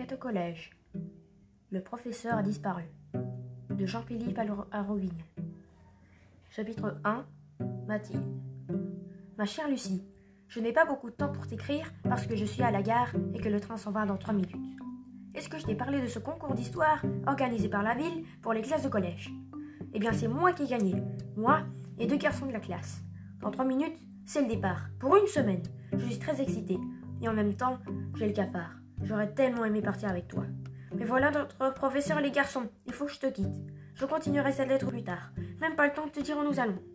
Enquête au collège. Le professeur a disparu. De Jean-Philippe à Rovigne. Chapitre 1. Mathilde. Ma chère Lucie, je n'ai pas beaucoup de temps pour t'écrire parce que je suis à la gare et que le train s'en va dans 3 minutes. Est-ce que je t'ai parlé de ce concours d'histoire organisé par la ville pour les classes de collège? Eh bien, c'est moi qui ai gagné. Moi et 2 garçons de la classe. Dans 3 minutes, c'est le départ. Pour une semaine. Je suis très excitée. Et en même temps, j'ai le cafard. J'aurais tellement aimé partir avec toi. Mais voilà notre professeur et les garçons. Il faut que je te quitte. Je continuerai cette lettre plus tard. Même pas le temps de te dire où nous allons.